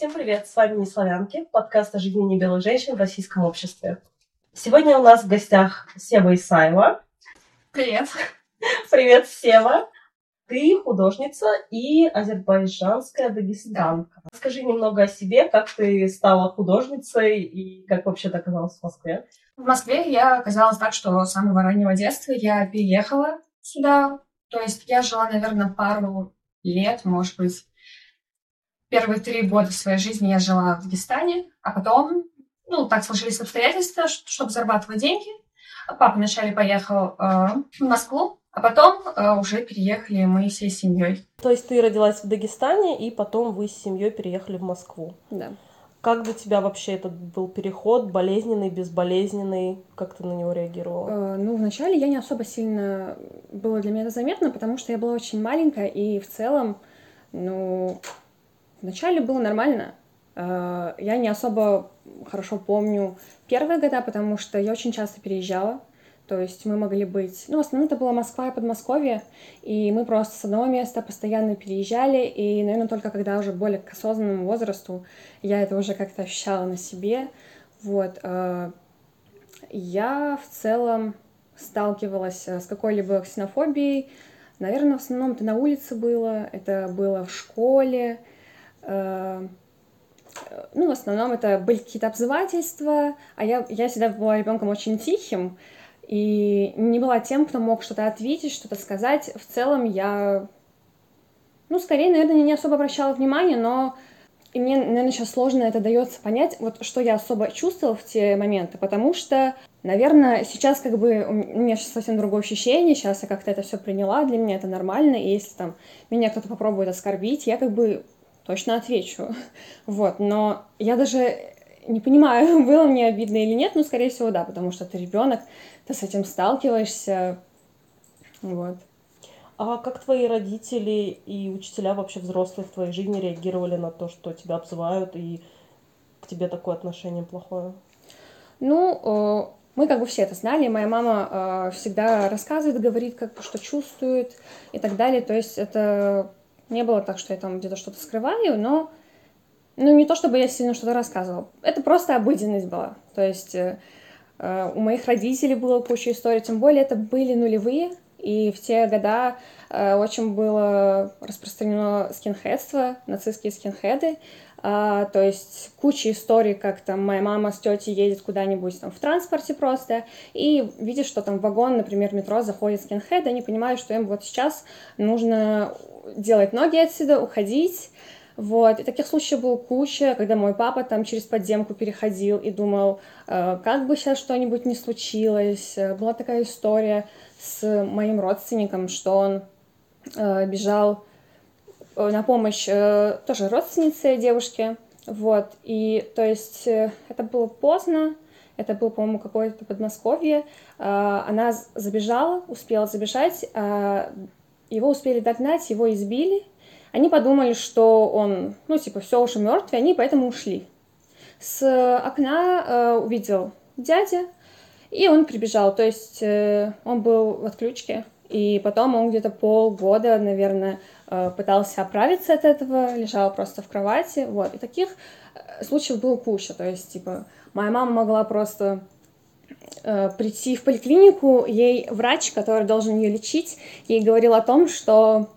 Всем привет, с вами «Неславянки», подкаст о жизни небелых женщин в российском обществе. Сегодня у нас в гостях Сева Исаева. Привет. Привет, Сева. Ты художница и азербайджанская дагестанка. Расскажи немного о себе, как ты стала художницей и как вообще ты оказалась в Москве. В Москве я оказалась так, что с самого раннего детства я переехала сюда. То есть я жила, наверное, пару лет, может быть. Первые 3 года своей жизни я жила в Дагестане, а потом, так сложились обстоятельства, чтобы зарабатывать деньги. Папа вначале поехал в Москву, а потом уже переехали мы всей семьей. То есть ты родилась в Дагестане, и потом вы с семьей переехали в Москву. Да. Как для тебя вообще этот был переход? Болезненный, безболезненный? Как ты на него реагировала? Вначале я не особо сильно... Было для меня это заметно, потому что я была очень маленькая, и в целом, вначале было нормально. Я не особо хорошо помню первые года, потому что я очень часто переезжала. То есть мы могли быть... в основном это была Москва и Подмосковье, и мы просто с одного места постоянно переезжали, и, наверное, только когда уже более к осознанному возрасту я это уже как-то ощущала на себе. Вот. Я в целом сталкивалась с какой-либо ксенофобией. Наверное, в основном это на улице было, это было в школе. В основном это были какие-то обзывательства, а я всегда была ребенком очень тихим, и не была тем, кто мог что-то ответить, что-то сказать. В целом я, скорее, наверное, не особо обращала внимания, но и мне, наверное, сейчас сложно это дается понять, вот что я особо чувствовала в те моменты, потому что, наверное, сейчас у меня сейчас совсем другое ощущение, сейчас я как-то это все приняла, для меня это нормально, и если там меня кто-то попробует оскорбить, я точно отвечу, вот, но я даже не понимаю, было мне обидно или нет, скорее всего, да, потому что ты ребенок, ты с этим сталкиваешься, вот. А как твои родители и учителя вообще взрослые в твоей жизни реагировали на то, что тебя обзывают и к тебе такое отношение плохое? Мы все это знали, моя мама всегда рассказывает, говорит, что чувствует и так далее, то есть это не было так, что я там где-то что-то скрываю, но не то, чтобы я сильно что-то рассказывала, это просто обыденность была, то есть у моих родителей было куча историй, тем более это были нулевые, и в те года очень было распространено скинхедство, нацистские скинхеды, то есть куча историй, как там моя мама с тетей едет куда-нибудь там в транспорте просто, и видит, что там в вагон, например, метро заходит скинхед, они понимают, что им вот сейчас нужно делать ноги отсюда, уходить. Вот, и таких случаев было куча, когда мой папа там через подземку переходил и думал, как бы сейчас что-нибудь не случилось. Была такая история с моим родственником, что он бежал на помощь тоже родственнице девушке, вот, и, то есть, это было поздно, это было, по-моему, какое-то Подмосковье, она забежала, успела забежать, его успели догнать, его избили, они подумали, что он, все уже мертв, и они поэтому ушли. С окна увидел дядя, и он прибежал, то есть он был в отключке, и потом он где-то полгода, наверное, пытался оправиться от этого, лежал просто в кровати, вот, и таких случаев было куча, то есть, моя мама могла просто прийти в поликлинику, ей врач, который должен ее лечить, ей говорил о том, что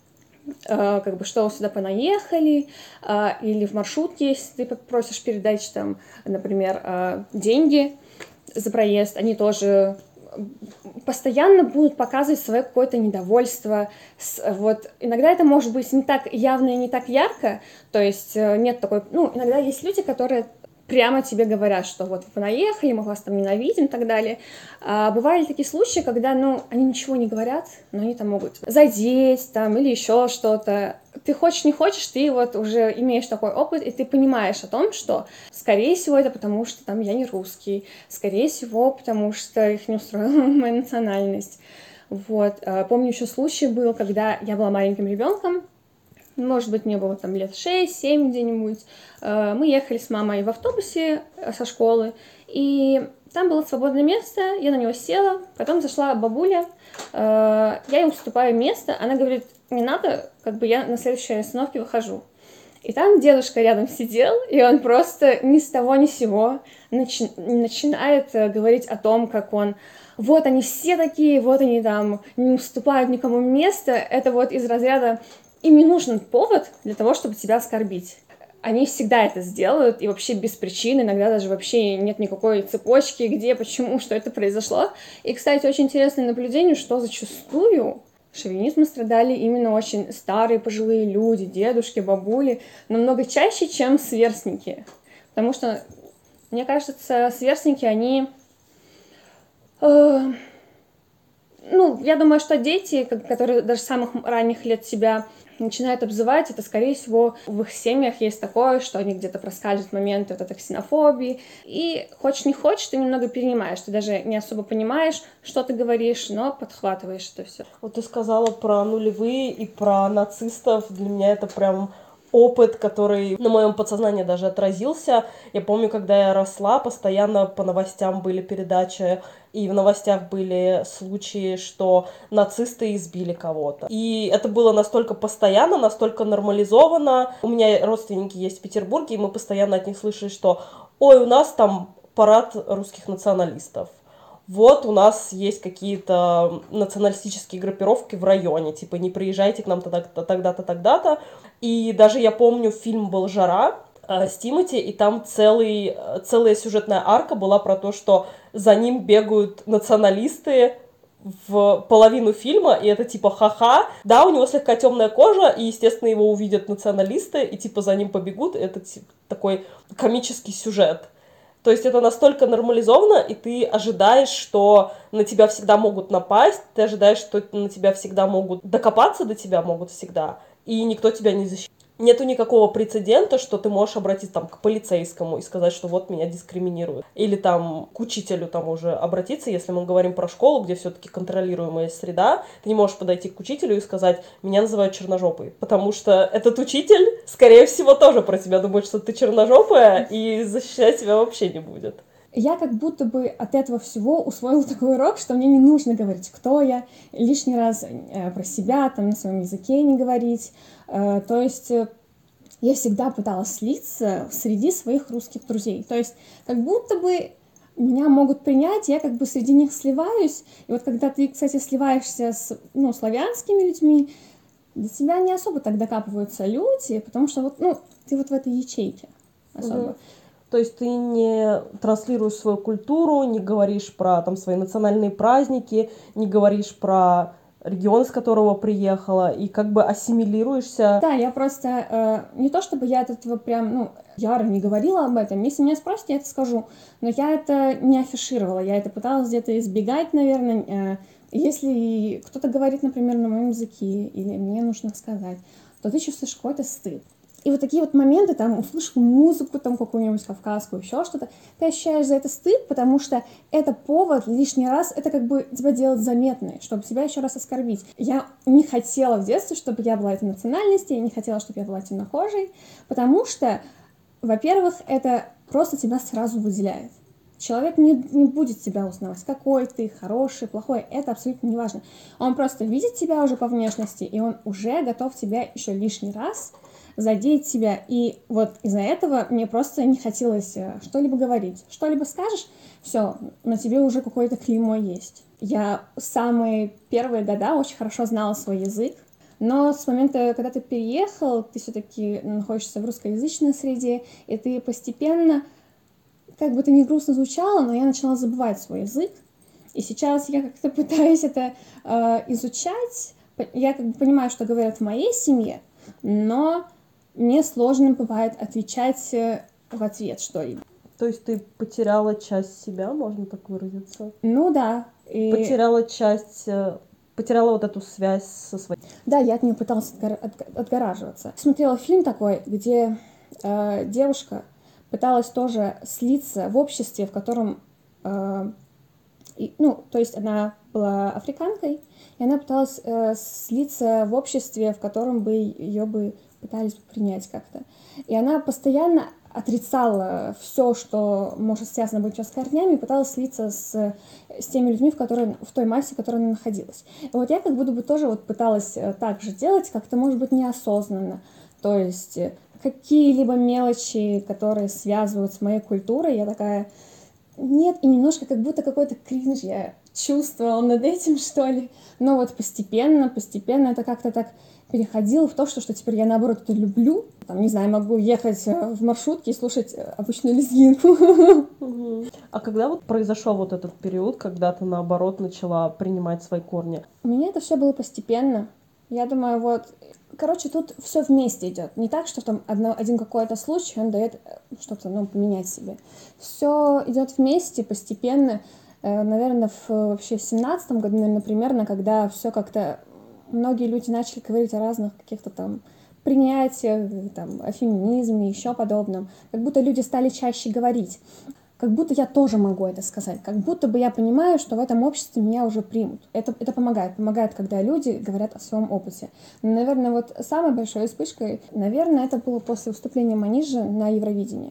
что сюда понаехали, или в маршрутке, если ты просишь передать, там, например, деньги за проезд, они тоже постоянно будут показывать свое какое-то недовольство. Вот иногда это может быть не так явно и не так ярко, то есть нет такой... иногда есть люди, которые прямо тебе говорят, что вот вы наехали, мы вас там ненавидим и так далее. А бывали такие случаи, когда, они ничего не говорят, но они там могут задеть там или еще что-то. Ты хочешь, не хочешь, ты вот уже имеешь такой опыт, и ты понимаешь о том, что, скорее всего, это потому, что там я не русский, скорее всего, потому что их не устроила моя национальность. Вот. Помню, еще случай был, когда я была маленьким ребенком, может быть, мне было там лет 6-7 где-нибудь. Мы ехали с мамой в автобусе со школы, и там было свободное место, я на него села, потом зашла бабуля, я ей уступаю место, она говорит, не надо, я на следующей остановке выхожу. И там дедушка рядом сидел, и он просто ни с того ни с сего начинает говорить о том, как он вот они все такие, вот они там не уступают никому места. Это вот из разряда им не нужен повод для того, чтобы тебя оскорбить. Они всегда это сделают, и вообще без причин, иногда даже вообще нет никакой цепочки, где, почему, что это произошло. И, кстати, очень интересное наблюдение, что зачастую шовинизмом страдали именно очень старые пожилые люди, дедушки, бабули, намного чаще, чем сверстники. Потому что, мне кажется, сверстники, они... я думаю, что дети, которые даже с самых ранних лет себя начинают обзывать, это, скорее всего, в их семьях есть такое, что они где-то проскальзывают моменты вот этой ксенофобии. И хочешь не хочешь, ты немного перенимаешь. Ты даже не особо понимаешь, что ты говоришь, но подхватываешь это все. Вот ты сказала про нулевые и про нацистов. Для меня это прям опыт, который на моем подсознании даже отразился. Я помню, когда я росла, постоянно по новостям были передачи, и в новостях были случаи, что нацисты избили кого-то. И это было настолько постоянно, настолько нормализовано. У меня родственники есть в Петербурге, и мы постоянно от них слышали, что «Ой, у нас там парад русских националистов». Вот у нас есть какие-то националистические группировки в районе, типа не приезжайте к нам тогда-то, тогда-то, тогда-то. И даже я помню, фильм был «Жара» с Тимати, и там целая сюжетная арка была про то, что за ним бегают националисты в половину фильма, и это типа ха-ха. Да, у него слегка темная кожа, и, естественно, его увидят националисты, и типа за ним побегут. Это типа, такой комический сюжет. То есть это настолько нормализовано, и ты ожидаешь, что на тебя всегда могут напасть, ты ожидаешь, что на тебя всегда могут докопаться, до тебя могут всегда, и никто тебя не защитит. Нету никакого прецедента, что ты можешь обратиться там к полицейскому и сказать, что вот меня дискриминируют. Или там к учителю там уже обратиться, если мы говорим про школу, где все-таки контролируемая среда. Ты не можешь подойти к учителю и сказать, меня называют черножопой. Потому что этот учитель, скорее всего, тоже про тебя думает, что ты черножопая, и защищать тебя вообще не будет. Я как будто бы от этого всего усвоила такой урок, что мне не нужно говорить, кто я, лишний раз про себя, там, на своем языке не говорить. То есть я всегда пыталась слиться среди своих русских друзей. То есть как будто бы меня могут принять, я как бы среди них сливаюсь. И вот когда ты, кстати, сливаешься с славянскими людьми, до тебя не особо так докапываются люди, потому что ты вот в этой ячейке особо. Угу. То есть ты не транслируешь свою культуру, не говоришь про там свои национальные праздники, не говоришь про регион, с которого приехала, и как бы ассимилируешься. Да, я просто... не то чтобы я от этого прям, яро не говорила об этом. Если меня спросят, я это скажу. Но я это не афишировала. Я это пыталась где-то избегать, наверное. Если кто-то говорит, например, на моем языке, или мне нужно сказать, то ты чувствуешь какой-то стыд. И вот такие вот моменты, там, услышав музыку, там, какую-нибудь кавказскую, еще что-то, ты ощущаешь за это стыд, потому что это повод лишний раз, это как бы тебя делать заметной, чтобы тебя еще раз оскорбить. Я не хотела в детстве, чтобы я была этой национальности, я не хотела, чтобы я была темнокожей, потому что, во-первых, это просто тебя сразу выделяет. Человек не будет тебя узнавать, какой ты, хороший, плохой, это абсолютно не важно. Он просто видит тебя уже по внешности, и он уже готов тебя еще лишний раз задеть тебя. И вот из-за этого мне просто не хотелось что-либо говорить. Что-либо скажешь, все, на тебе уже какое-то клеймо есть. Я самые первые года очень хорошо знала свой язык, но с момента, когда ты переехал, ты все-таки находишься в русскоязычной среде, и ты постепенно, как бы это ни грустно звучало, но я начала забывать свой язык. И сейчас я как-то пытаюсь это изучать. Я как бы понимаю, что говорят в моей семье, но мне сложно бывает отвечать в ответ что-либо. То есть ты потеряла часть себя, можно так выразиться? Ну да. И... Потеряла вот эту связь со своей... Да, я от нее пыталась отгораживаться. Смотрела фильм такой, где девушка пыталась тоже слиться в обществе, в котором... то есть она была африканкой, и она пыталась слиться в обществе, в котором бы ее бы пытались принять как-то. И она постоянно отрицала все, что может связано быть с корнями, и пыталась слиться с теми людьми, в той массе, в которой она находилась. И вот я как будто бы тоже вот пыталась так же делать, как-то, может быть, неосознанно. То есть какие-либо мелочи, которые связывают с моей культурой, я такая, нет, и немножко как будто какой-то кринж я чувствовала над этим, что ли. Но вот постепенно это как-то так переходило в то, что теперь я, наоборот, это люблю. Там, не знаю, могу ехать в маршрутке и слушать обычную лезгинку. А когда вот произошел вот этот период, когда ты, наоборот, начала принимать свои корни? У меня это все было постепенно. Я думаю, вот... Короче, тут все вместе идет. Не так, что там один какой-то случай, он дает что-то, поменять себе. Все идет вместе, постепенно. Наверное, вообще в 17-м году, наверное, примерно, когда все как-то... Многие люди начали говорить о разных каких-то там принятиях, там, о феминизме, еще подобном. Как будто люди стали чаще говорить. Как будто я тоже могу это сказать, как будто бы я понимаю, что в этом обществе меня уже примут. Это помогает, когда люди говорят о своем опыте. Но, наверное, вот самой большой вспышкой, наверное, это было после выступления Манижи на Евровидении.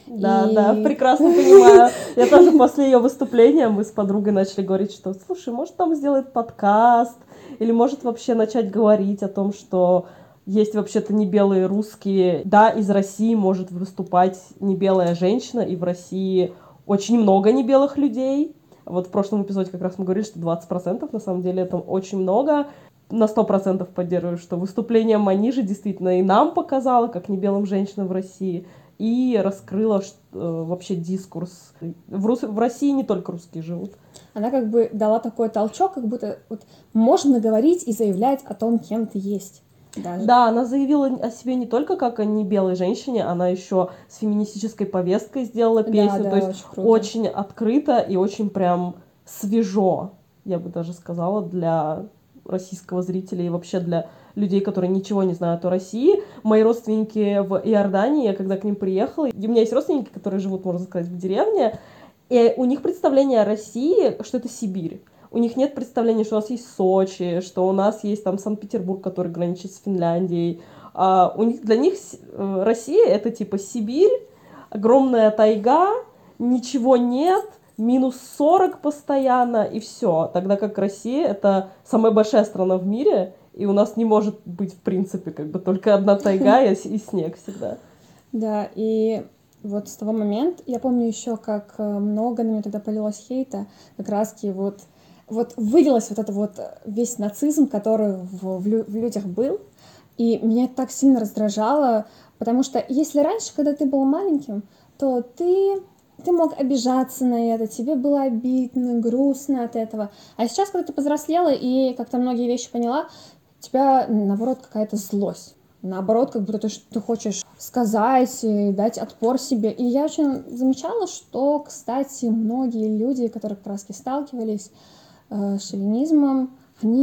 Да, прекрасно понимаю. Я тоже после ее выступления, мы с подругой начали говорить, что, слушай, может, там сделать подкаст, или может вообще начать говорить о том, что есть вообще-то не белые русские. Да, из России может выступать не белая женщина, и в России очень много небелых людей. Вот в прошлом эпизоде как раз мы говорили, что 20%, на самом деле это очень много. На 100% поддерживаю, что выступление Манижи действительно и нам показало, как небелым женщинам в России, и раскрыла вообще дискурс. В России не только русские живут. Она как бы дала такой толчок, как будто вот можно говорить и заявлять о том, кем ты есть. Даже. Да, она заявила о себе не только как о небелой женщине, она еще с феминистической повесткой сделала песню, то есть очень открыто и очень прям свежо, я бы даже сказала, для российского зрителя и вообще для людей, которые ничего не знают о России. Мои родственники в Иордании, я когда к ним приехала, и у меня есть родственники, которые живут, можно сказать, в деревне, и у них представление о России, что это Сибирь. У них нет представления, что у нас есть Сочи, что у нас есть там Санкт-Петербург, который граничит с Финляндией. Для них Россия — это типа Сибирь, огромная тайга, ничего нет, минус 40 постоянно, и все. Тогда как Россия — это самая большая страна в мире, и у нас не может быть, в принципе, как бы только одна тайга и снег всегда. Да, и вот с того момента, я помню еще, как много на меня тогда полилось хейта, как раз-таки вот вылилось вот это вот весь нацизм, который в людях был, и меня это так сильно раздражало, потому что если раньше, когда ты был маленьким, то ты мог обижаться на это, тебе было обидно, грустно от этого, а сейчас, когда ты повзрослела и как-то многие вещи поняла, у тебя, наоборот, какая-то злость. Наоборот, как будто ты хочешь сказать, дать отпор себе. И я очень замечала, что, кстати, многие люди, которые как раз сталкивались с шовинизмом,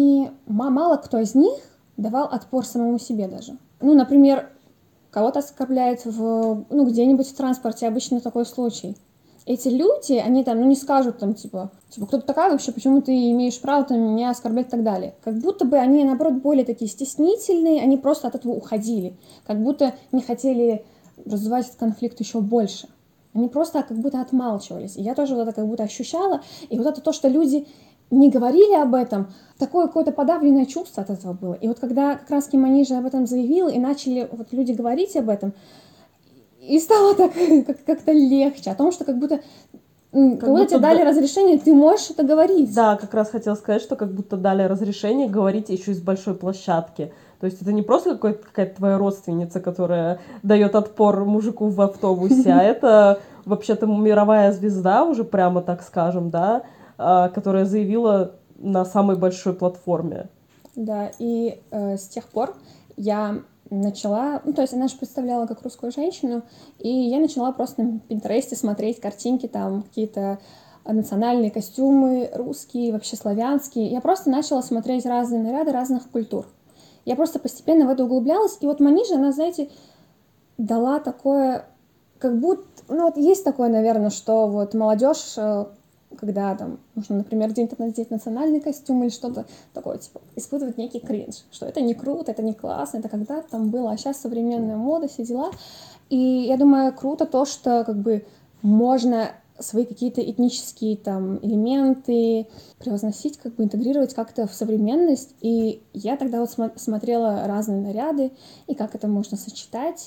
мало кто из них давал отпор самому себе даже. Например, кого-то оскорбляют где-нибудь в транспорте, обычно такой случай. Эти люди, они там, не скажут там, типа, кто ты такая вообще, почему ты имеешь право там меня оскорблять и так далее. Как будто бы они, наоборот, более такие стеснительные, они просто от этого уходили. Как будто не хотели развивать этот конфликт еще больше. Они просто как будто отмалчивались. И я тоже вот это как будто ощущала. И вот это то, что люди не говорили об этом, такое какое-то подавленное чувство от этого было. И вот когда как раз Манижа об этом заявила, и начали вот люди говорить об этом, и стало так как-то легче, о том, что как будто тебе дали разрешение, ты можешь это говорить. Да, как раз хотела сказать, что как будто дали разрешение говорить еще из большой площадки. То есть это не просто какая-то твоя родственница, которая дает отпор мужику в автобусе, а это вообще-то мировая звезда, уже прямо так скажем, да, которая заявила на самой большой платформе. Да, и с тех пор я начала, то есть она же представляла как русскую женщину, и я начала просто на Пинтересте смотреть картинки, там какие-то национальные костюмы, русские, вообще славянские. Я просто начала смотреть разные наряды разных культур. Я просто постепенно в это углублялась, и вот Манижа, она, знаете, дала такое, как будто, есть такое, наверное, что вот молодежь, когда там нужно, например, где-то надеть национальный костюм или что-то такое, типа, испытывать некий кринж, что это не круто, это не классно, это когда-то там было, а сейчас современная мода, все дела. И я думаю, круто то, что как бы можно свои какие-то этнические там элементы превозносить, как бы интегрировать как-то в современность. И я тогда вот смотрела разные наряды, и как это можно сочетать.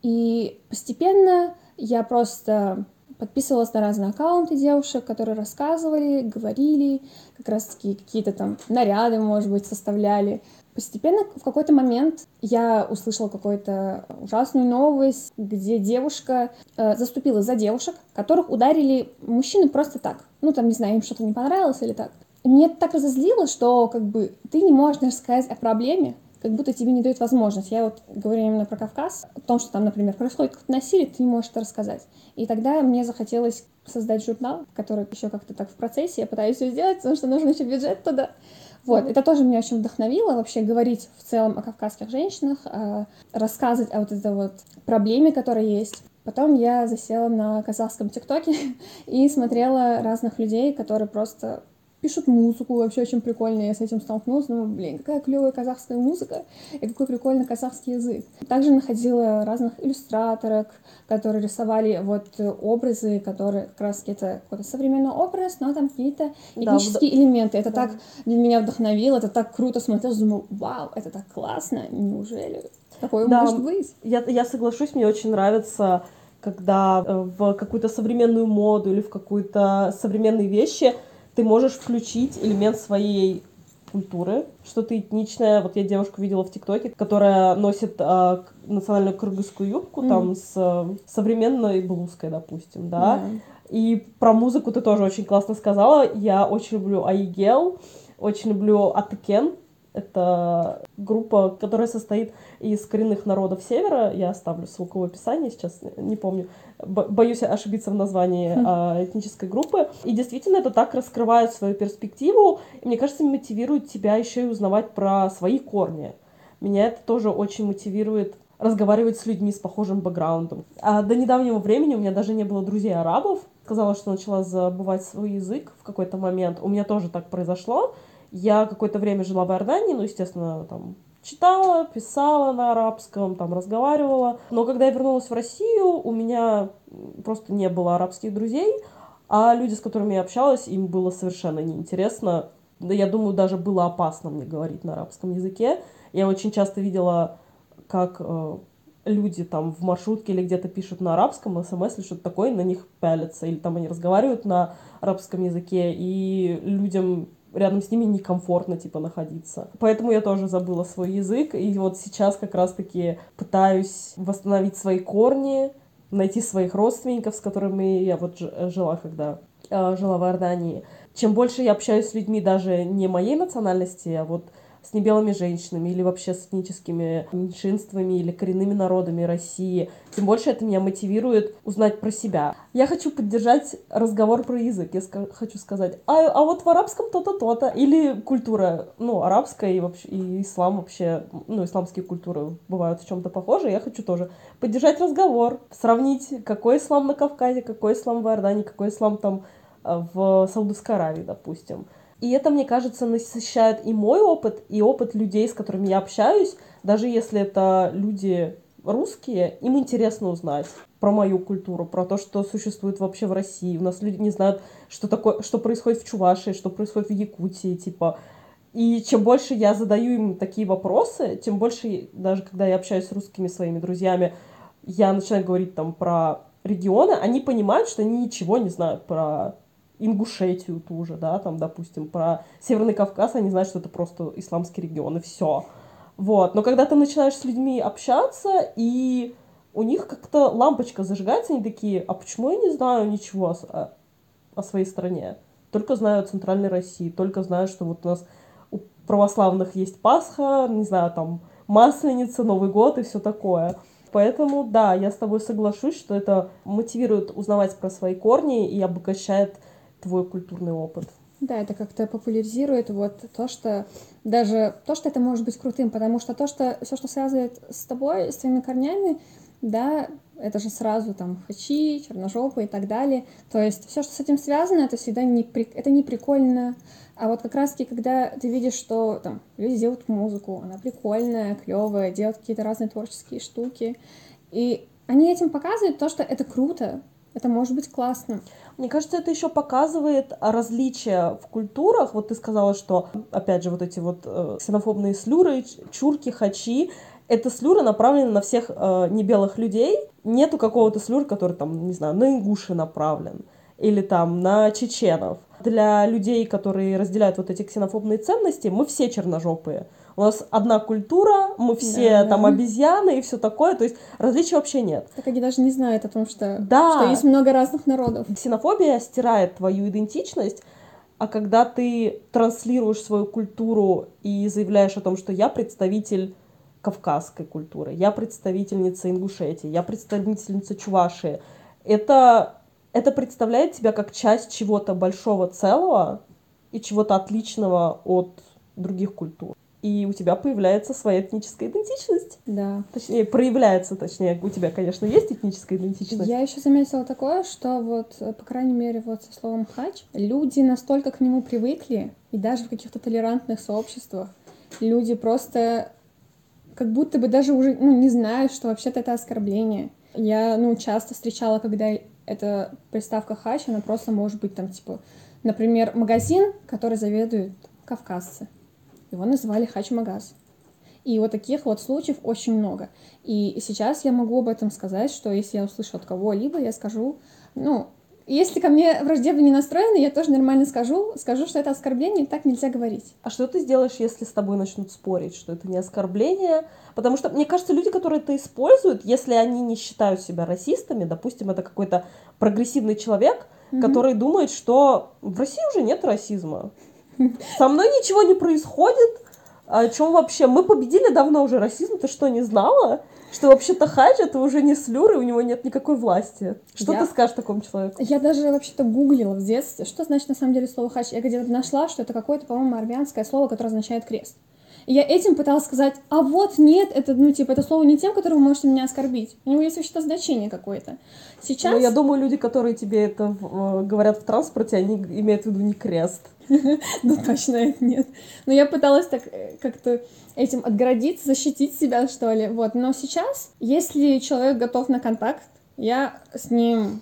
И постепенно я просто подписывалась на разные аккаунты девушек, которые рассказывали, говорили, как раз-таки какие-то там наряды, может быть, составляли. Постепенно в какой-то момент я услышала какую-то ужасную новость, где девушка заступилась за девушек, которых ударили мужчины просто так. Ну, там, не знаю, им что-то не понравилось или так. И меня это так разозлило, что как бы ты не можешь даже сказать о проблеме, как будто тебе не дают возможность. Я вот говорю именно про Кавказ, о том, что там, например, происходит какое-то насилие, ты не можешь это рассказать. И тогда мне захотелось создать журнал, который еще как-то так в процессе, я пытаюсь все сделать, потому что нужен еще бюджет туда. Вот, это тоже меня очень вдохновило вообще говорить в целом о кавказских женщинах, рассказывать о вот этой вот проблеме, которая есть. Потом я засела на казахском ТикТоке и смотрела разных людей, которые просто пишут музыку, вообще очень прикольно, я с этим столкнулась, думаю, блин, какая клевая казахская музыка и какой прикольный казахский язык. Также находила разных иллюстраторок, которые рисовали вот образы, которые как раз это какой-то современный образ, но там какие-то этнические элементы. Это так для меня вдохновило, это так круто смотрелось, думаю, вау, это так классно, неужели такое может быть? Я соглашусь, мне очень нравится, когда в какую-то современную моду или в какую-то современные вещи ты можешь включить элемент своей культуры, что-то этничное. Вот я девушку видела в ТикТоке, которая носит национальную кыргызскую юбку там с современной блузкой, допустим, да. И про музыку ты тоже очень классно сказала. Я очень люблю Айгел, очень люблю Атыкен. Это группа, которая состоит из коренных народов Севера. Я оставлю ссылку в описании, сейчас не помню. Боюсь ошибиться в названии этнической группы. И действительно это так раскрывает свою перспективу. И, мне кажется, мотивирует тебя еще и узнавать про свои корни. Меня это тоже очень мотивирует разговаривать с людьми с похожим бэкграундом. А до недавнего времени у меня даже не было друзей-арабов. Сказала, что начала забывать свой язык в какой-то момент. У меня тоже так произошло. Я какое-то время жила в Иордании, ну, естественно, там читала, писала на арабском, там разговаривала. Но когда я вернулась в Россию, у меня просто не было арабских друзей, а люди, с которыми я общалась, им было совершенно неинтересно. Да, я думаю, даже было опасно мне говорить на арабском языке. Я очень часто видела, как люди там в маршрутке или где-то пишут на арабском, смс или что-то такое, на них пялятся, или там они разговаривают на арабском языке, и людям рядом с ними некомфортно, типа, находиться. Поэтому я тоже забыла свой язык, и вот сейчас как раз-таки пытаюсь восстановить свои корни, найти своих родственников, с которыми я вот жила, когда жила в Иордании. Чем больше я общаюсь с людьми даже не моей национальности, а вот с небелыми женщинами или вообще с этническими меньшинствами или коренными народами России, тем больше это меня мотивирует узнать про себя. Я хочу поддержать разговор про язык. Я хочу сказать, а вот в арабском то-то, то-то. Или культура, ну, арабская и вообще и ислам вообще, ну, исламские культуры бывают в чем-то похожи. Я хочу тоже поддержать разговор, сравнить, какой ислам на Кавказе, какой ислам в Иордании, какой ислам там в Саудовской Аравии, допустим. И это, мне кажется, насыщает и мой опыт, и опыт людей, с которыми я общаюсь. Даже если это люди русские, им интересно узнать про мою культуру, про то, что существует вообще в России. У нас люди не знают, что такое, что происходит в Чувашии, что происходит в Якутии, типа. И чем больше я задаю им такие вопросы, тем больше, даже когда я общаюсь с русскими своими друзьями, я начинаю говорить там про регионы, они понимают, что они ничего не знают про Ингушетию ту же, да, там, допустим, про Северный Кавказ, они знают, что это просто исламский регион, и все. Вот. Но когда ты начинаешь с людьми общаться, и у них как-то лампочка зажигается, они такие, а почему я не знаю ничего о своей стране? Только знаю о Центральной России, только знаю, что вот у нас у православных есть Пасха, не знаю, там, Масленица, Новый год и все такое. Поэтому, да, я с тобой соглашусь, что это мотивирует узнавать про свои корни и обогащает твой культурный опыт. Да, это как-то популяризирует вот то, что даже то, что это может быть крутым, потому что то, что все, что связывает с тобой, с твоими корнями, да, это же сразу там хачи, черножопы и так далее. То есть все, что с этим связано, это всегда это не прикольно. А вот как раз-таки, когда ты видишь, что там люди делают музыку, она прикольная, клевая, делают какие-то разные творческие штуки, и они этим показывают то, что это круто, это может быть классно. Мне кажется, это еще показывает различия в культурах. Вот ты сказала, что, опять же, вот эти вот ксенофобные слюры, чурки, хачи, это слюры направлены на всех небелых людей. Нету какого-то слюра, который там, не знаю, на ингуши направлен или там на чеченов. Для людей, которые разделяют вот эти ксенофобные ценности, мы все черножопые. У нас одна культура, мы все там обезьяны и все такое, то есть различий вообще нет. Так они даже не знают о том, что есть много разных народов. Ксенофобия стирает твою идентичность, а когда ты транслируешь свою культуру и заявляешь о том, что я представитель кавказской культуры, я представительница Ингушетии, я представительница Чувашии, это представляет тебя как часть чего-то большого целого и чего-то отличного от других культур. И у тебя появляется своя этническая идентичность. Да. Точнее, проявляется, точнее, у тебя, конечно, есть этническая идентичность. Я еще заметила такое, что вот, по крайней мере, вот со словом «хач», люди настолько к нему привыкли, и даже в каких-то толерантных сообществах люди просто как будто бы даже уже, не знают, что вообще-то это оскорбление. Я, часто встречала, когда эта приставка «хач», она просто может быть там, типа, например, магазин, который заведуют кавказцы. Его называли хач-магаз. И вот таких вот случаев очень много. И сейчас я могу об этом сказать, что если я услышу от кого-либо, я скажу, если ко мне враждебно не настроены, я тоже нормально скажу, что это оскорбление, так нельзя говорить. А что ты сделаешь, если с тобой начнут спорить, что это не оскорбление? Потому что, мне кажется, люди, которые это используют, если они не считают себя расистами, допустим, это какой-то прогрессивный человек, который думает, что в России уже нет расизма. Со мной ничего не происходит. О чем вообще? Мы победили давно уже расизм. Ты что, не знала? Что вообще-то хач — это уже не слюр, и у него нет никакой власти. Что ты скажешь такому человеку? Я даже вообще-то гуглила в детстве, что значит на самом деле слово хач. Я где-то нашла, что это какое-то, по-моему, армянское слово, которое означает крест. И я этим пыталась сказать, а вот нет, это, это слово не тем, которым вы можете меня оскорбить. У него есть вообще-то значение какое-то. Сейчас... я думаю, люди, которые тебе это говорят в транспорте, они имеют в виду не крест. Точно это нет. Но я пыталась так как-то этим отгородиться, защитить себя, что ли. Вот. Но сейчас, если человек готов на контакт, я с ним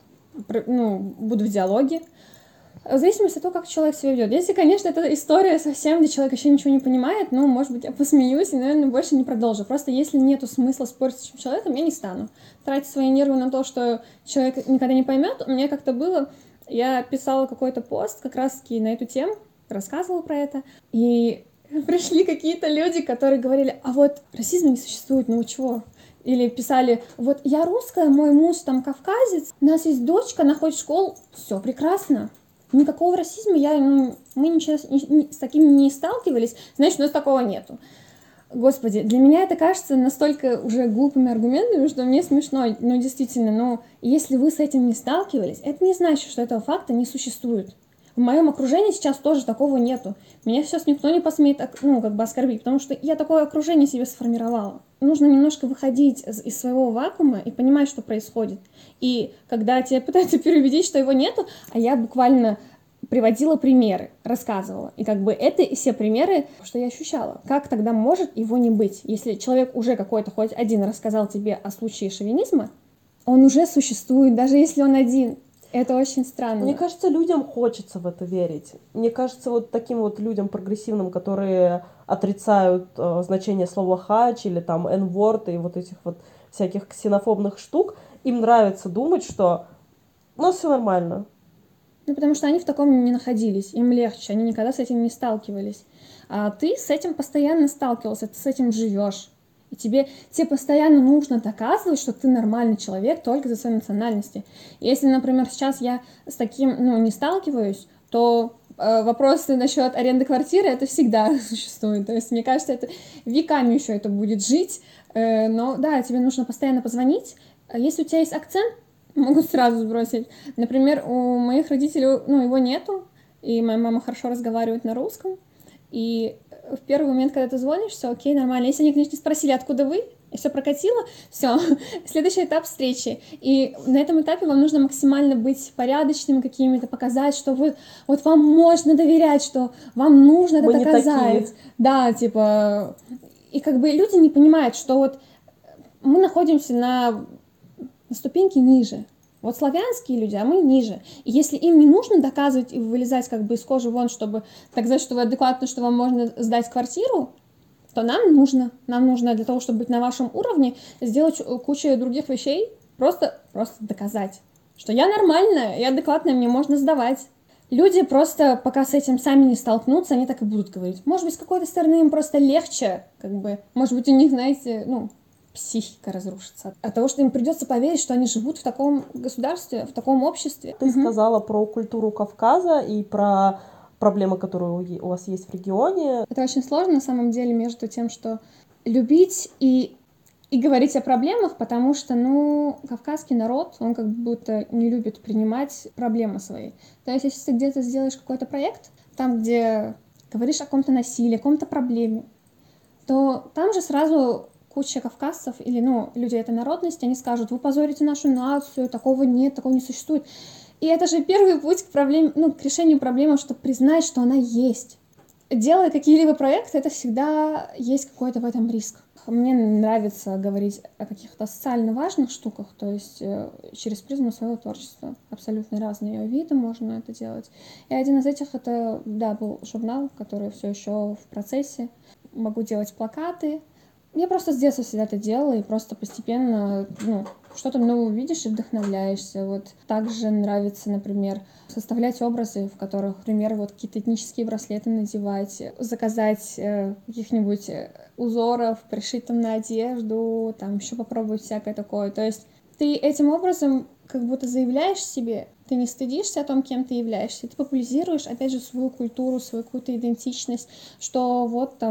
буду в диалоге. В зависимости от того, как человек себя ведет. Если, конечно, это история совсем, где человек еще ничего не понимает, может быть, я посмеюсь и, наверное, больше не продолжу. Просто если нету смысла спорить с этим человеком, я не стану тратить свои нервы на то, что человек никогда не поймет. У меня как-то было, я писала какой-то пост как раз-таки на эту тему, рассказывала про это, и пришли какие-то люди, которые говорили, а вот расизма не существует, вы чего? Или писали, вот я русская, мой муж там кавказец, у нас есть дочка, она ходит в школу, все прекрасно. Никакого расизма, мы ничего с таким не сталкивались, значит, у нас такого нету. Господи, для меня это кажется настолько уже глупыми аргументами, что мне смешно, действительно, если вы с этим не сталкивались, это не значит, что этого факта не существует. В моем окружении сейчас тоже такого нету. Меня сейчас никто не посмеет, оскорбить, потому что я такое окружение себе сформировала. Нужно немножко выходить из своего вакуума и понимать, что происходит. И когда тебя пытаются переубедить, что его нету, а я буквально приводила примеры, рассказывала. И это и все примеры, что я ощущала. Как тогда может его не быть? Если человек уже какой-то хоть один рассказал тебе о случае шовинизма, он уже существует, даже если он один. Это очень странно. Мне кажется, людям хочется в это верить. Мне кажется, вот таким вот людям прогрессивным, которые отрицают значение слова хач или там n-word и вот этих вот всяких ксенофобных штук, им нравится думать, что у нас все нормально. Потому что они в таком не находились, им легче, они никогда с этим не сталкивались. А ты с этим постоянно сталкивался, ты с этим живешь. И тебе постоянно нужно доказывать, что ты нормальный человек только за своей национальности. Если, например, сейчас я с таким не сталкиваюсь, то вопросы насчет аренды квартиры это всегда существует. То есть, мне кажется, это веками еще это будет жить. Но да, тебе нужно постоянно позвонить. Если у тебя есть акцент, могут сразу сбросить. Например, у моих родителей его нету, и моя мама хорошо разговаривает на русском. И в первый момент, когда ты звонишь, все окей, нормально. Если они, конечно, спросили, откуда вы, и все прокатило, все, следующий этап встречи. И на этом этапе вам нужно максимально быть порядочными какими-то, показать, что вы, вот вам можно доверять, что вам нужно это доказать. Да, и люди не понимают, что вот мы находимся на ступеньки ниже. Вот славянские люди, а мы ниже. И если им не нужно доказывать и вылезать из кожи вон, чтобы доказать, что вы адекватно, что вам можно сдать квартиру, то нам нужно для того, чтобы быть на вашем уровне, сделать кучу других вещей, просто доказать, что я нормальная, я адекватная, мне можно сдавать. Люди просто, пока с этим сами не столкнутся, они так и будут говорить. Может быть, с какой-то стороны им просто легче, может быть, у них, знаете, психика разрушится от того, что им придется поверить, что они живут в таком государстве, в таком обществе. Ты сказала про культуру Кавказа и про проблемы, которые у вас есть в регионе. Это очень сложно, на самом деле, между тем, что любить и говорить о проблемах, потому что, кавказский народ, он как будто не любит принимать проблемы свои. То есть, если ты где-то сделаешь какой-то проект, там, где говоришь о каком-то насилии, о каком-то проблеме, то там же сразу куча кавказцев или, люди этой народности, они скажут: вы позорите нашу нацию, такого нет, такого не существует. И это же первый путь к проблеме, к решению проблемы, чтобы признать, что она есть. Делая какие-либо проекты, это всегда есть какой-то в этом риск. Мне нравится говорить о каких-то социально важных штуках, то есть через призму своего творчества. Абсолютно разные виды можно это делать. И один из этих, это, был журнал, который все еще в процессе. Могу делать плакаты. Я просто с детства всегда это делала, и просто постепенно, что-то новое видишь и вдохновляешься. Вот также нравится, например, составлять образы, в которых, например, какие-то этнические браслеты надевать, заказать каких-нибудь узоров, пришить там на одежду, там еще попробовать всякое такое. То есть ты этим образом как будто заявляешь себе, ты не стыдишься о том, кем ты являешься, ты популяризируешь, опять же, свою культуру, свою какую-то идентичность, что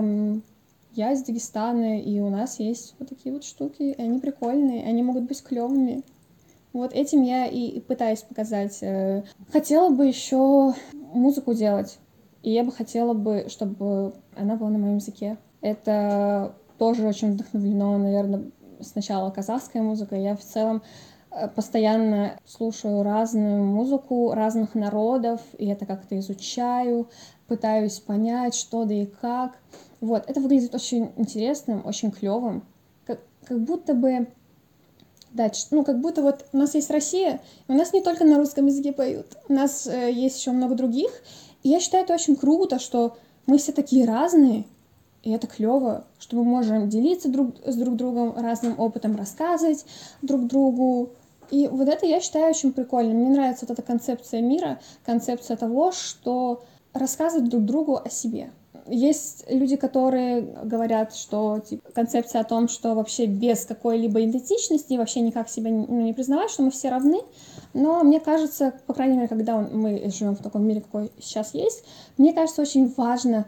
я из Дагестана, и у нас есть вот такие вот штуки, и они прикольные, они могут быть клевыми. Вот этим я и пытаюсь показать. Хотела бы еще музыку делать, и я бы хотела бы, чтобы она была на моем языке. Это тоже очень вдохновлено, наверное, сначала казахская музыка. Я в целом постоянно слушаю разную музыку разных народов, и это как-то изучаю, пытаюсь понять, что да и как. Вот, это выглядит очень интересным, очень клевым. Как будто бы, как будто у нас есть Россия, и у нас не только на русском языке поют, у нас есть еще много других. И я считаю, это очень круто, что мы все такие разные, и это клево, что мы можем делиться с друг другом разным опытом, рассказывать друг другу. И вот это я считаю очень прикольным. Мне нравится вот эта концепция мира, концепция того, что рассказывать друг другу о себе. Есть люди, которые говорят, что концепция о том, что вообще без какой-либо идентичности вообще никак себя не признавать, что мы все равны. Но мне кажется, по крайней мере, когда мы живем в таком мире, какой сейчас есть, мне кажется, очень важно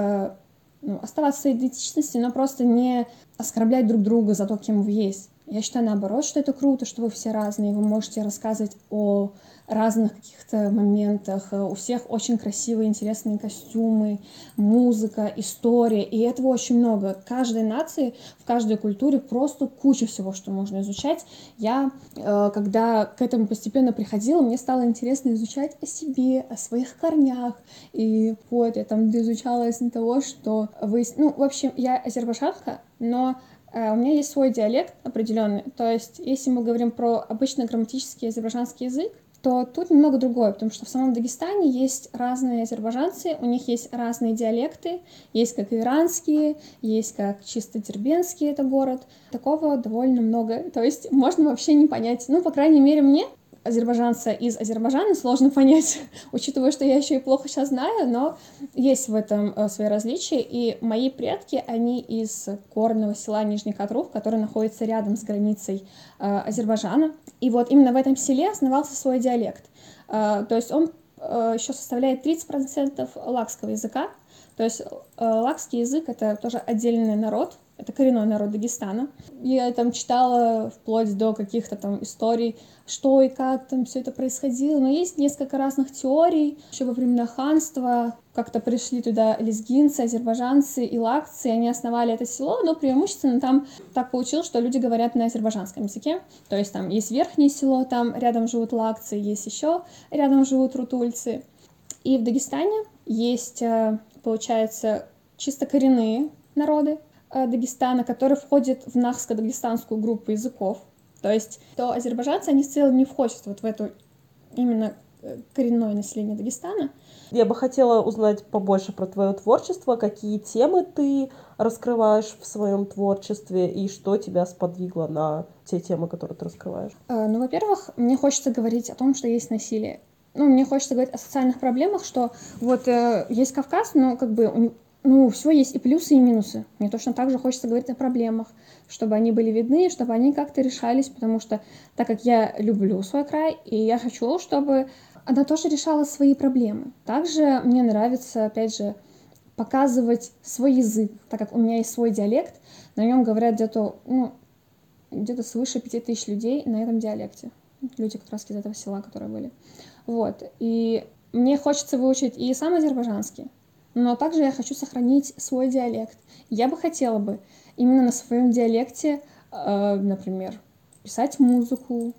оставаться в своей идентичности, но просто не оскорблять друг друга за то, кем вы есть. Я считаю, наоборот, что это круто, что вы все разные, вы можете рассказывать о разных каких-то моментах. У всех очень красивые, интересные костюмы, музыка, история, и этого очень много. Каждой нации, в каждой культуре просто куча всего, что можно изучать. Я, когда к этому постепенно приходила, мне стало интересно изучать о себе, о своих корнях, и я там доизучалась до того, что в общем, я азербайджанка, но у меня есть свой диалект определенный. То есть, если мы говорим про обычно грамматический азербайджанский язык, то тут немного другое, потому что в самом Дагестане есть разные азербайджанцы, у них есть разные диалекты, есть как иранские, есть как чисто дербенский это город. Такого довольно много, то есть можно вообще не понять. По крайней мере, мне, азербайджанца из Азербайджана, сложно понять, учитывая, что я еще и плохо сейчас знаю, но есть в этом свои различия, и мои предки, они из горного села Нижний Катрух, который находится рядом с границей Азербайджана, и вот именно в этом селе основался свой диалект, то есть он еще составляет 30% лакского языка, то есть лакский язык — это тоже отдельный народ, это коренной народ Дагестана. Я там читала вплоть до каких-то там историй, что и как там все это происходило. Но есть несколько разных теорий. Еще во времена ханства как-то пришли туда лезгинцы, азербайджанцы и лакцы, и они основали это село, но преимущественно там так получилось, что люди говорят на азербайджанском языке. То есть там есть верхнее село, там рядом живут лакцы, есть еще рядом живут рутульцы. И в Дагестане есть, получается, чисто коренные народы Дагестана, которые входят в нахско-дагестанскую группу языков. То есть то азербайджанцы, они в целом не входят в эту именно коренное население Дагестана. Я бы хотела узнать побольше про твое творчество, какие темы ты раскрываешь в своем творчестве и что тебя сподвигло на те темы, которые ты раскрываешь. Ну, во-первых, мне хочется говорить о том, что есть насилие. Ну, мне хочется говорить о социальных проблемах, что вот есть Кавказ, но как бы ну, всего есть и плюсы, и минусы. Мне точно так же хочется говорить о проблемах, чтобы они были видны, чтобы они как-то решались, потому что так как я люблю свой край, и я хочу, чтобы она тоже решала свои проблемы. Также мне нравится, опять же, показывать свой язык, так как у меня есть свой диалект, на нем говорят где-то свыше 5000 людей на этом диалекте. Люди как раз из этого села, которые были. Вот. И мне хочется выучить и сам азербайджанский, но также я хочу сохранить свой диалект. Я бы хотела бы именно на своем диалекте, например, писать музыку.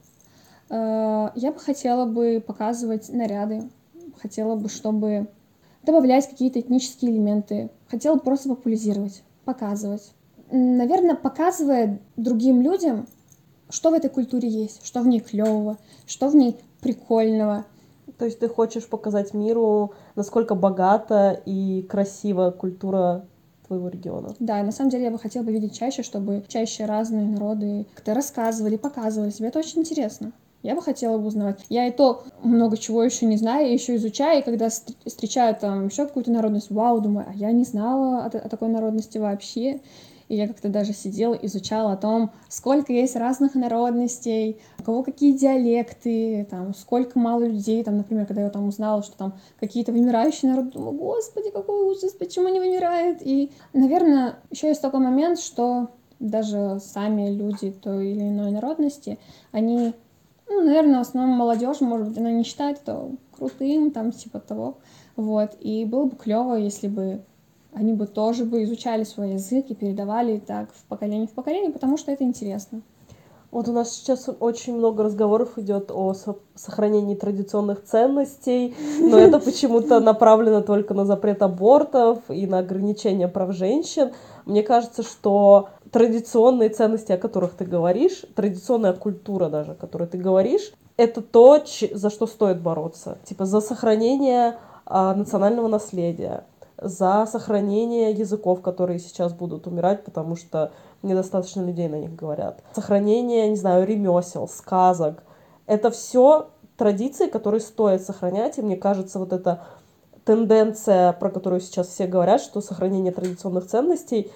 Я бы хотела бы показывать наряды. Хотела бы, чтобы добавлять какие-то этнические элементы. Хотела бы просто популяризировать, показывать. Наверное, показывая другим людям, что в этой культуре есть, что в ней клевого, что в ней прикольного. То есть ты хочешь показать миру, насколько богата и красива культура твоего региона? Да, на самом деле я бы хотела бы видеть чаще, чтобы чаще разные народы как-то рассказывали, показывали себе. Это очень интересно. Я бы хотела бы узнавать. Я и то много чего еще не знаю, я еще изучаю, и когда встречаю там еще какую-то народность, вау, думаю, а я не знала о такой народности вообще. И я как-то даже сидела, изучала о том, сколько есть разных народностей, у кого какие диалекты, там, сколько мало людей, там, например, когда я там узнала, что там какие-то вымирающие народы, думаю, господи, какой ужас, почему они вымирают? И, наверное, еще есть такой момент, что даже сами люди той или иной народности, они, наверное, в основном молодежь, может быть, она не считает это крутым, там, типа того, вот, и было бы клево, если бы они бы тоже бы изучали свой язык и передавали так в поколение, потому что это интересно. Вот у нас сейчас очень много разговоров идет о сохранении традиционных ценностей, но это почему-то направлено только на запрет абортов и на ограничение прав женщин. Мне кажется, что традиционные ценности, о которых ты говоришь, традиционная культура даже, о которой ты говоришь, это то, за что стоит бороться. Типа за сохранение национального наследия, за сохранение языков, которые сейчас будут умирать, потому что недостаточно людей на них говорят. Сохранение, не знаю, ремесел, сказок. Это все традиции, которые стоит сохранять. И мне кажется, вот эта тенденция, про которую сейчас все говорят, что сохранение традиционных ценностей,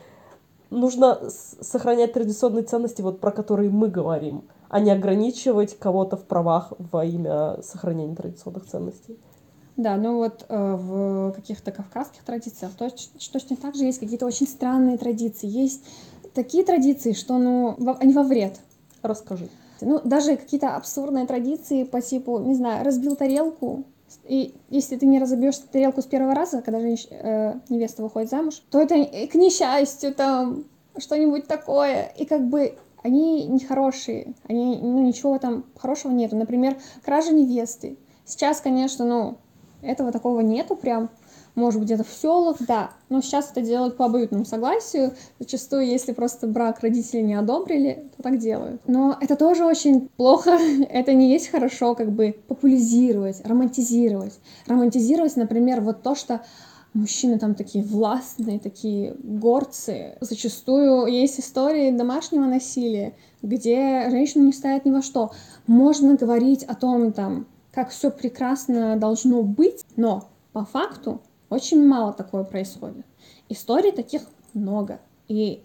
нужно сохранять традиционные ценности, вот про которые мы говорим, а не ограничивать кого-то в правах во имя сохранения традиционных ценностей. Да, в каких-то кавказских традициях точно так же есть какие-то очень странные традиции. Есть такие традиции, что, они во вред. Расскажи. Даже какие-то абсурдные традиции по типу, не знаю, разбил тарелку, и если ты не разобьешь тарелку с первого раза, когда невеста выходит замуж, то это к несчастью, там, что-нибудь такое. И как бы они нехорошие, ничего там хорошего нету. Например, кража невесты. Сейчас, конечно, этого такого нету прям, может быть, где-то в селах, да, но сейчас это делают по обоюдному согласию. Зачастую, если просто брак родители не одобрили, то так делают. Но это тоже очень плохо, это не есть хорошо, как бы популяризировать, романтизировать. Романтизировать, например, вот то, что мужчины там такие властные, такие горцы. Зачастую есть истории домашнего насилия, где женщину не ставят ни во что. Можно говорить о том, там, как все прекрасно должно быть, но по факту очень мало такое происходит. Историй таких много. И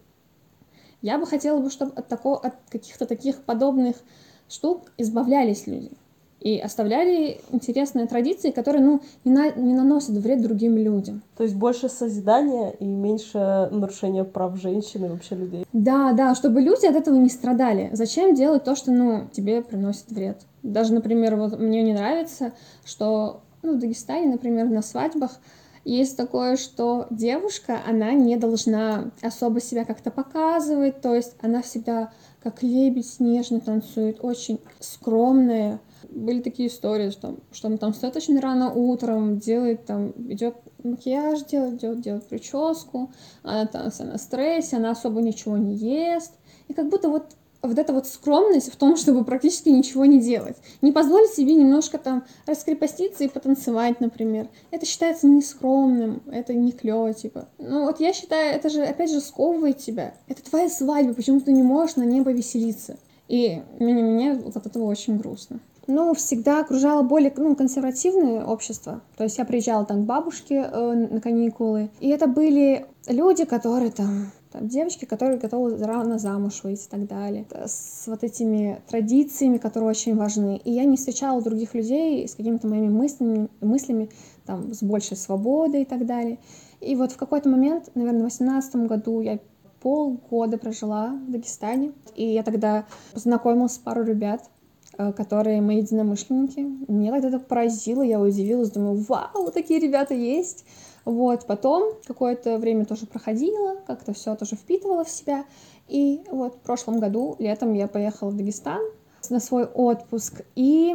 я бы хотела бы, чтобы от каких-то таких подобных штук избавлялись люди. И оставляли интересные традиции, которые, не наносят вред другим людям. То есть больше созидания и меньше нарушения прав женщин и вообще людей. Да, чтобы люди от этого не страдали. Зачем делать то, что, тебе приносит вред? Даже, например, вот мне не нравится, что, в Дагестане, например, на свадьбах есть такое, что девушка, она не должна особо себя как-то показывать, то есть она всегда как лебедь снежно танцует, очень скромная. Были такие истории, что она там встает очень рано утром, идет макияж делает прическу, она там вся на стрессе, она особо ничего не ест. И как будто вот вот эта вот скромность в том, чтобы практически ничего не делать. Не позволить себе немножко там раскрепоститься и потанцевать, например. Это считается нескромным, это не клево, типа. Ну вот я считаю, это же, опять же, сковывает тебя. Это твоя свадьба, почему ты не можешь на ней повеселиться? И мне вот от этого очень грустно. Ну, всегда окружало более консервативное общество. То есть я приезжала там к бабушке на каникулы, и это были люди, которые там девочки, которые готовы рано замуж выйти и так далее, с вот этими традициями, которые очень важны. И я не встречала других людей с какими-то моими мыслями там, с большей свободой и так далее. И вот в какой-то момент, наверное, в 2018 году я полгода прожила в Дагестане, и я тогда познакомилась с парой ребят, которые мои единомышленники. Меня тогда это поразило, я удивилась, думаю, вау, такие ребята есть. Вот, потом какое-то время тоже проходило, как-то все тоже впитывала в себя. И вот в прошлом году, летом, я поехала в Дагестан на свой отпуск, и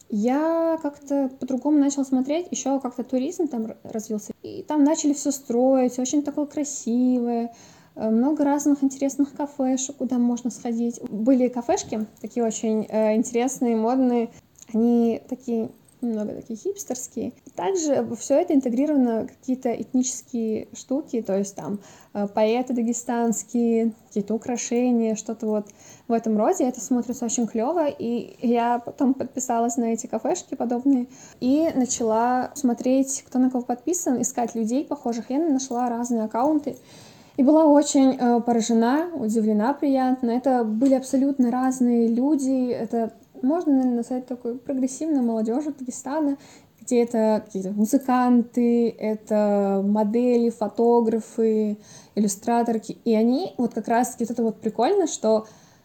я как-то по-другому начала смотреть, еще как-то туризм там развился. И там начали все строить, очень такое красивое, много разных интересных кафешек, куда можно сходить. Были кафешки такие очень интересные, модные, они такие немного такие хипстерские. И также все это интегрировано в какие-то этнические штуки, то есть там поэты дагестанские, какие-то украшения, что-то вот в этом роде. Это смотрится очень клево, и я потом подписалась на эти кафешки подобные и начала смотреть, кто на кого подписан, искать людей похожих. Я нашла разные аккаунты, и была очень поражена, удивлена приятно. Это были абсолютно разные люди. Это можно, наверное, назвать такой прогрессивной молодежи Дагестана, где это какие-то музыканты, это модели, фотографы, иллюстраторки. И они, вот как раз-таки вот это вот прикольно, что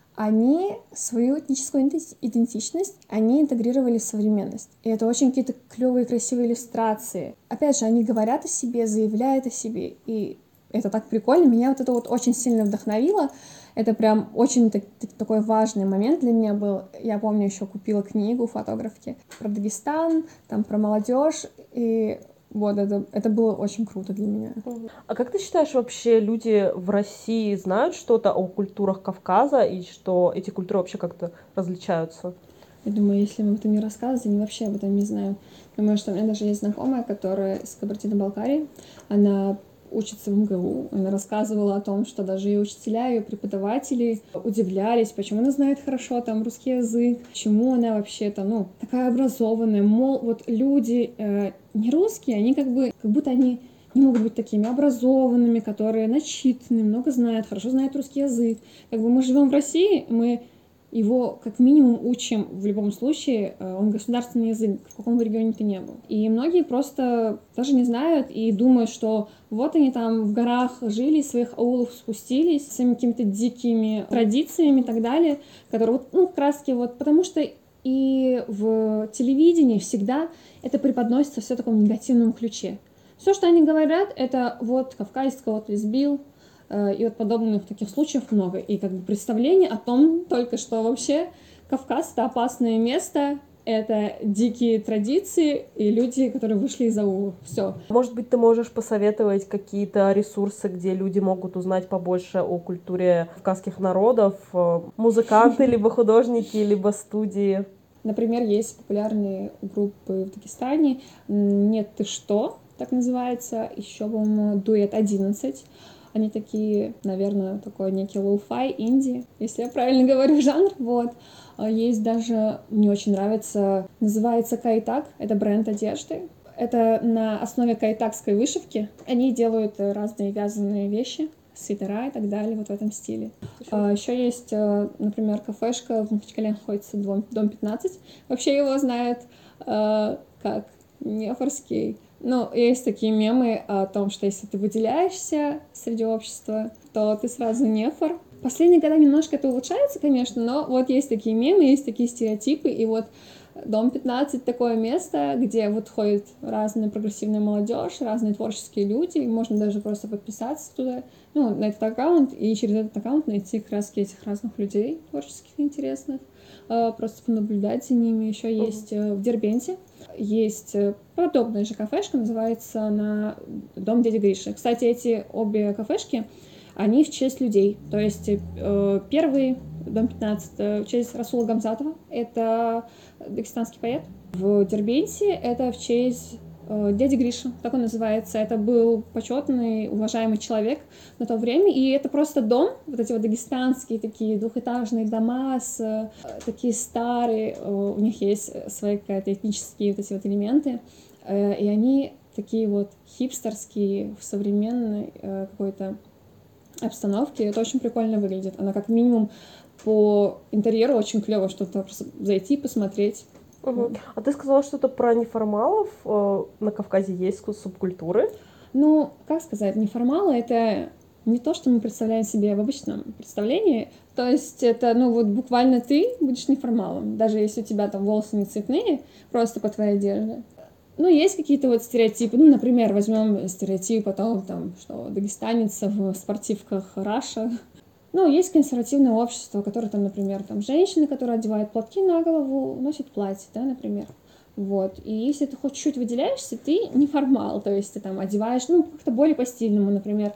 они свою этническую идентичность, они интегрировали в современность. И это очень какие-то клевые, красивые иллюстрации. Опять же, они говорят о себе, заявляют о себе, и это так прикольно, меня вот это вот очень сильно вдохновило. Это прям очень такой важный момент для меня был. Я помню, еще купила книгу фотографки про Дагестан, там про молодежь, и вот это было очень круто для меня. А как ты считаешь, вообще люди в России знают что-то о культурах Кавказа и что эти культуры вообще как-то различаются? Я думаю, если мы об этом не рассказывать, они вообще об этом не знают. Думаю, что у меня даже есть знакомая, которая из Кабардино-Балкарии, она учится в МГУ. Она рассказывала о том, что даже и учителя, и преподаватели удивлялись, почему она знает хорошо там русский язык, почему она вообще-то, такая образованная. Мол, вот люди не русские, они как будто они не могут быть такими образованными, которые начитаны, много знают, хорошо знают русский язык. Мы живем в России, мы его как минимум учим в любом случае, он государственный язык, в каком бы регионе ты не был. И многие просто даже не знают и думают, что вот они там в горах жили, из своих аулов спустились, своими какими-то дикими традициями и так далее, которые как раз таки потому что и в телевидении всегда это преподносится все в таком негативном ключе. Все, что они говорят, это вот кавказец кого-то избил, и вот подобных таких случаев много. И представление о том только, что вообще Кавказ — это опасное место, это дикие традиции и люди, которые вышли из аула. Все. Может быть, ты можешь посоветовать какие-то ресурсы, где люди могут узнать побольше о культуре кавказских народов? Музыканты, либо художники, либо студии? Например, есть популярные группы в Дагестане. «Нет, ты что?» так называется. Еще, по-моему, «Дуэт 11». Они такие, наверное, такой некий лоу-фай, инди, если я правильно говорю жанр, вот. Есть даже, мне очень нравится, называется Кайтак, это бренд одежды. Это на основе кайтакской вышивки. Они делают разные вязаные вещи, свитера и так далее, вот в этом стиле. Еще есть, например, кафешка в Махачкале находится, дом 15. Вообще его знают как Нефорский. Но есть такие мемы о том, что если ты выделяешься среди общества, то ты сразу нефор. В последние годы немножко это улучшается, конечно, но вот есть такие мемы, есть такие стереотипы, и вот Дом 15 — такое место, где вот ходит разная прогрессивная молодежь, разные творческие люди, и можно даже просто подписаться туда, на этот аккаунт, и через этот аккаунт найти как раз этих разных людей творческих, интересных, просто понаблюдать за ними. Еще есть в Дербенте, есть подобная же кафешка, называется она «Дом дяди Гриши». Кстати, эти обе кафешки, они в честь людей, то есть первый дом 15, в честь Расула Гамзатова, это дагестанский поэт. В Дербенте это в честь дяди Гриша, так он называется. Это был почетный, уважаемый человек на то время, и это просто дом, вот эти вот дагестанские такие двухэтажные дома, такие старые, у них есть свои какие-то этнические вот эти вот элементы, и они такие вот хипстерские, в современной какой-то обстановке. Это очень прикольно выглядит. Она как минимум по интерьеру очень клево, что-то просто зайти, посмотреть. Угу. А ты сказала что-то про неформалов. На Кавказе есть субкультуры? Ну, как сказать, неформалы — это не то, что мы представляем себе в обычном представлении. То есть это, ну, вот буквально ты будешь неформалом, даже если у тебя там волосы не цветные, просто по твоей одежде. Ну, есть какие-то вот стереотипы. Ну, например, возьмем стереотип о том, там, что дагестанец в спортивках Раша. Ну, есть консервативное общество, которое там, например, там женщины, которые одевают платки на голову, носят платье, да, например. Вот. И если ты хоть чуть-чуть выделяешься, ты неформал, то есть ты там одеваешь, ну, как-то более по-стильному, например,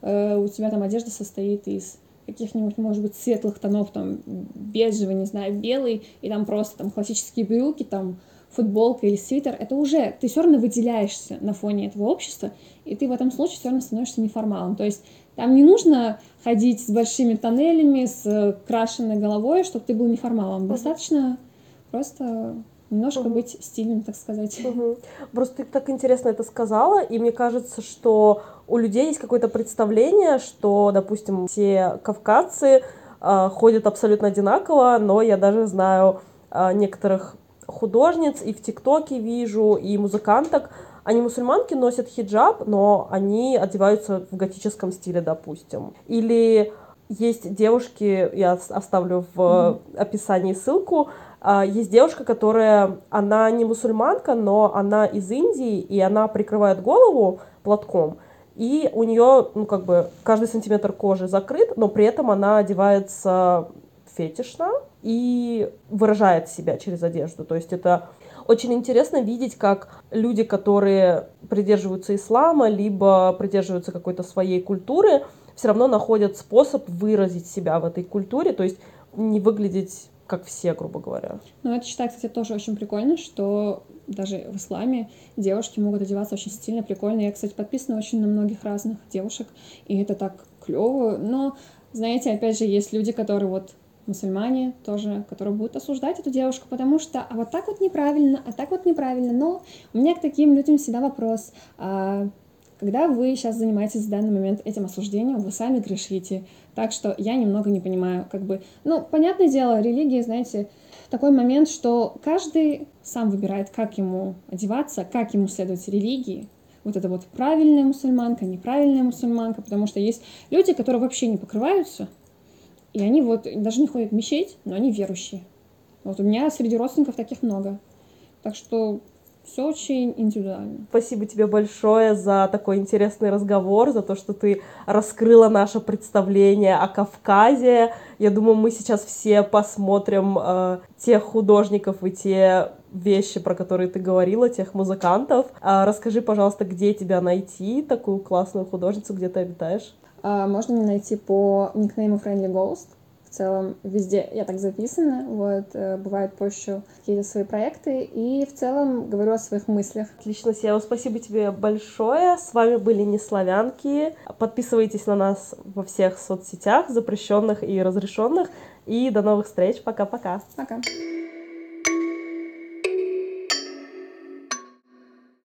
у тебя там одежда состоит из каких-нибудь, может быть, светлых тонов, там, бежевый, не знаю, белый, и там просто там классические брюки, там, футболка или свитер, это уже, ты все равно выделяешься на фоне этого общества, и ты в этом случае все равно становишься неформалом. То есть там не нужно ходить с большими тоннелями, с крашенной головой, чтобы ты был неформалом. Достаточно просто немножко быть стильным, так сказать. Просто ты так интересно это сказала, и мне кажется, что у людей есть какое-то представление, что, допустим, все кавказцы ходят абсолютно одинаково, но я даже знаю некоторых художниц, и в ТикТоке вижу, и музыканток. Они мусульманки, носят хиджаб, но они одеваются в готическом стиле, допустим. Или есть девушки, я оставлю в описании ссылку, есть девушка, которая, она не мусульманка, но она из Индии, и она прикрывает голову платком, и у нее, ну, как бы, каждый сантиметр кожи закрыт, но при этом она одевается фетишно и выражает себя через одежду. То есть это очень интересно видеть, как люди, которые придерживаются ислама, либо придерживаются какой-то своей культуры, все равно находят способ выразить себя в этой культуре, то есть не выглядеть как все, грубо говоря. Ну, это, считаю, кстати, тоже очень прикольно, что даже в исламе девушки могут одеваться очень стильно, прикольно. Я, кстати, подписана очень на многих разных девушек, и это так клево. Но, знаете, опять же, есть люди, которые вот мусульмане тоже, которые будут осуждать эту девушку, потому что а вот так вот неправильно, а так вот неправильно. Но у меня к таким людям всегда вопрос. Когда вы сейчас занимаетесь в данный момент этим осуждением, вы сами грешите. Так что я немного не понимаю, как бы... Ну, понятное дело, религия, знаете, такой момент, что каждый сам выбирает, как ему одеваться, как ему следовать религии. Вот это вот правильная мусульманка, неправильная мусульманка, потому что есть люди, которые вообще не покрываются, и они вот даже не ходят в мечеть, но они верующие. Вот у меня среди родственников таких много. Так что все очень индивидуально. Спасибо тебе большое за такой интересный разговор, за то, что ты раскрыла наше представление о Кавказе. Я думаю, мы сейчас все посмотрим тех художников и те вещи, про которые ты говорила, тех музыкантов. Расскажи, пожалуйста, где тебя найти, такую классную художницу, где ты обитаешь? Можно меня найти по никнейму Friendly Ghost. В целом везде я так записана, вот, бывает пощу какие-то свои проекты, и в целом говорю о своих мыслях. Отлично, Сева, спасибо тебе большое. С вами были Неславянки. Подписывайтесь на нас во всех соцсетях, запрещенных и разрешенных. И до новых встреч. Пока-пока. Пока.